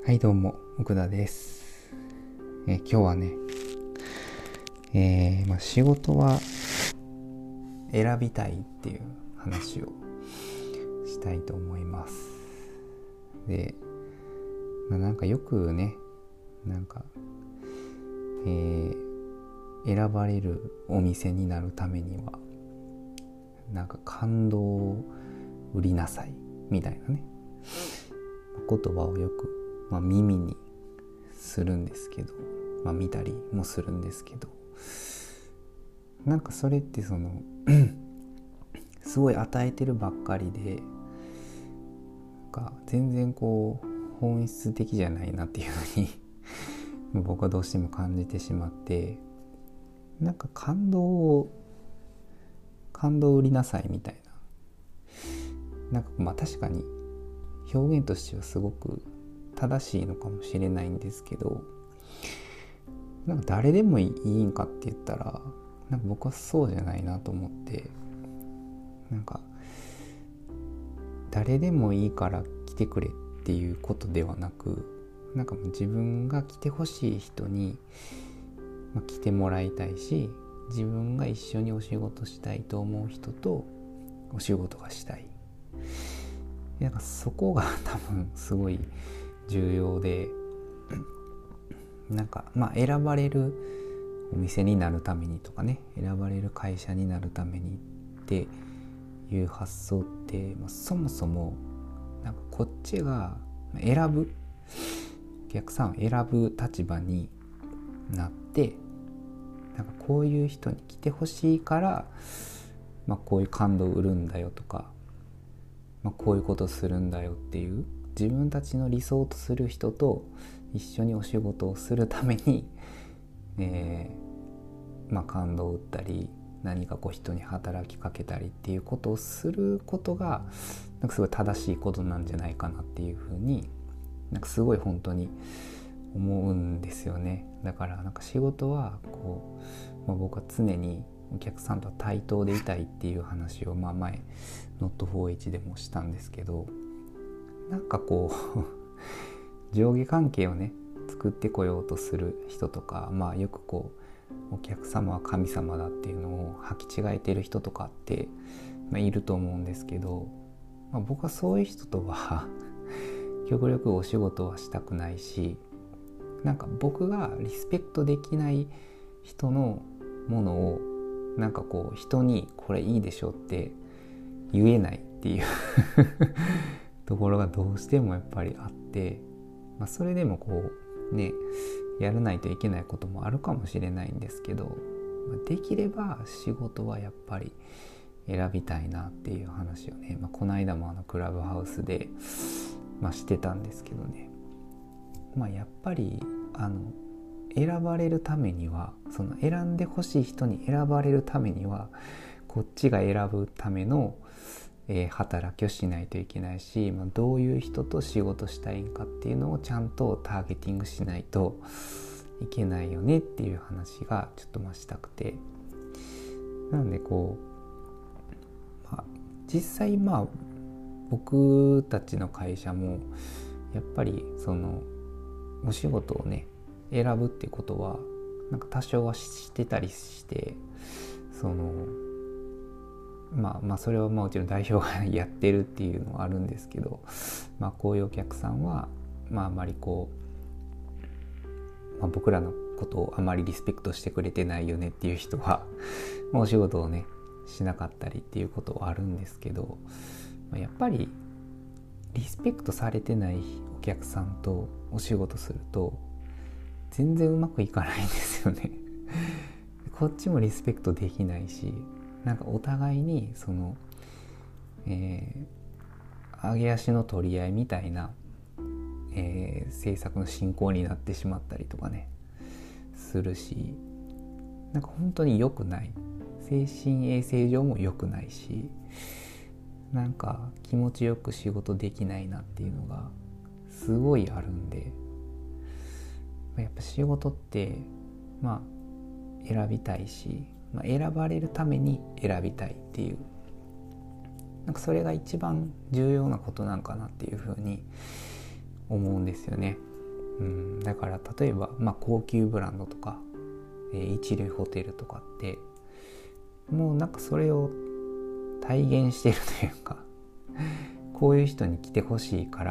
はいどうも奥田です。今日はね、仕事は選びたいっていう話をしたいと思います。で、なんかよくね、選ばれるお店になるためには感動を売りなさいみたいなね言葉をよく耳にするんですけど、見たりもするんですけど、それってすごい与えてるばっかりで全然本質的じゃないなっていうふうに僕はどうしても感じてしまって、感動を売りなさいみたいな、確かに表現としてはすごく正しいのかもしれないんですけど、誰でもいいんかって言ったら僕はそうじゃないなと思って、誰でもいいから来てくれっていうことではなく、もう自分が来てほしい人に、来てもらいたいし、自分が一緒にお仕事したいと思う人とお仕事がしたい。そこが多分すごい重要で、選ばれるお店になるためにとかね、選ばれる会社になるためにっていう発想って、そもそもこっちが選ぶ、お客さんを選ぶ立場になって、こういう人に来てほしいから、こういう感動を売るんだよとか、こういうことするんだよっていう自分たちの理想とする人と一緒にお仕事をするために、感動を売ったり何か人に働きかけたりっていうことをすることがすごい正しいことなんじゃないかなっていうふうにすごい本当に思うんですよね。だから仕事は僕は常にお客さんとは対等でいたいっていう話を前Not4H でもしたんですけど、上下関係をね作ってこようとする人とか、よくお客様は神様だっていうのを履き違えてる人とかって、いると思うんですけど、僕はそういう人とは極力お仕事はしたくないし、僕がリスペクトできない人のものを人にこれいいでしょって言えないっていうところがどうしてもやっぱりあって、それでもやらないといけないこともあるかもしれないんですけど、できれば仕事はやっぱり選びたいなっていう話をね、この間もクラブハウスで、してたんですけどね、やっぱり選ばれるためには、選んでほしい人に選ばれるためにはこっちが選ぶための、働きをしないといけないし、どういう人と仕事したいんかっていうのをちゃんとターゲティングしないといけないよねっていう話がちょっとしたくて、なので実際僕たちの会社もやっぱりお仕事をね選ぶっていうことは多少はしてたりして、それはうちの代表がやってるっていうのはあるんですけど、こういうお客さんはあまり僕らのことをあまりリスペクトしてくれてないよねっていう人はお仕事をねしなかったりっていうことはあるんですけど、やっぱりリスペクトされてないお客さんとお仕事すると全然うまくいかないんですよねこっちもリスペクトできないし、お互いに上げ足の取り合いみたいな、制作の進行になってしまったりとかねするし、本当に良くない、精神衛生上も良くないし、気持ちよく仕事できないなっていうのがすごいあるんで、やっぱ仕事って選びたいし、選ばれるために選びたいっていう、それが一番重要なことなんかなっていうふうに思うんですよね。 だから例えば、高級ブランドとか、一流ホテルとかってもうなんかそれを体現しているというかこういう人に来てほしいから、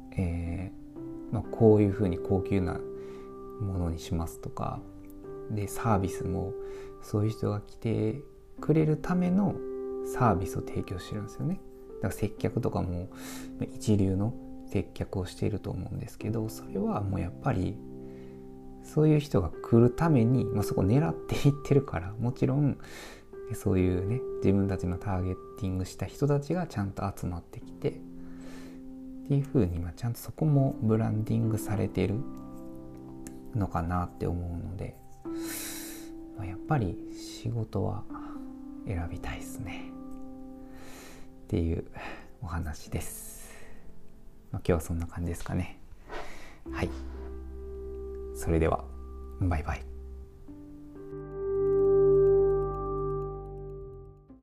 こういうふうに高級なものにしますとかで、サービスもそういう人が来てくれるためのサービスを提供してるんですよね。だから接客とかも一流の接客をしていると思うんですけど、それはもうやっぱりそういう人が来るために、そこ狙っていってるから、もちろんそういうね自分たちのターゲティングした人たちがちゃんと集まってきてっていう風に、ちゃんとそこもブランディングされてるのかなって思うので、やっぱり仕事は選びたいですねっていうお話です。今日はそんな感じですかね。はい、それではバイバイ。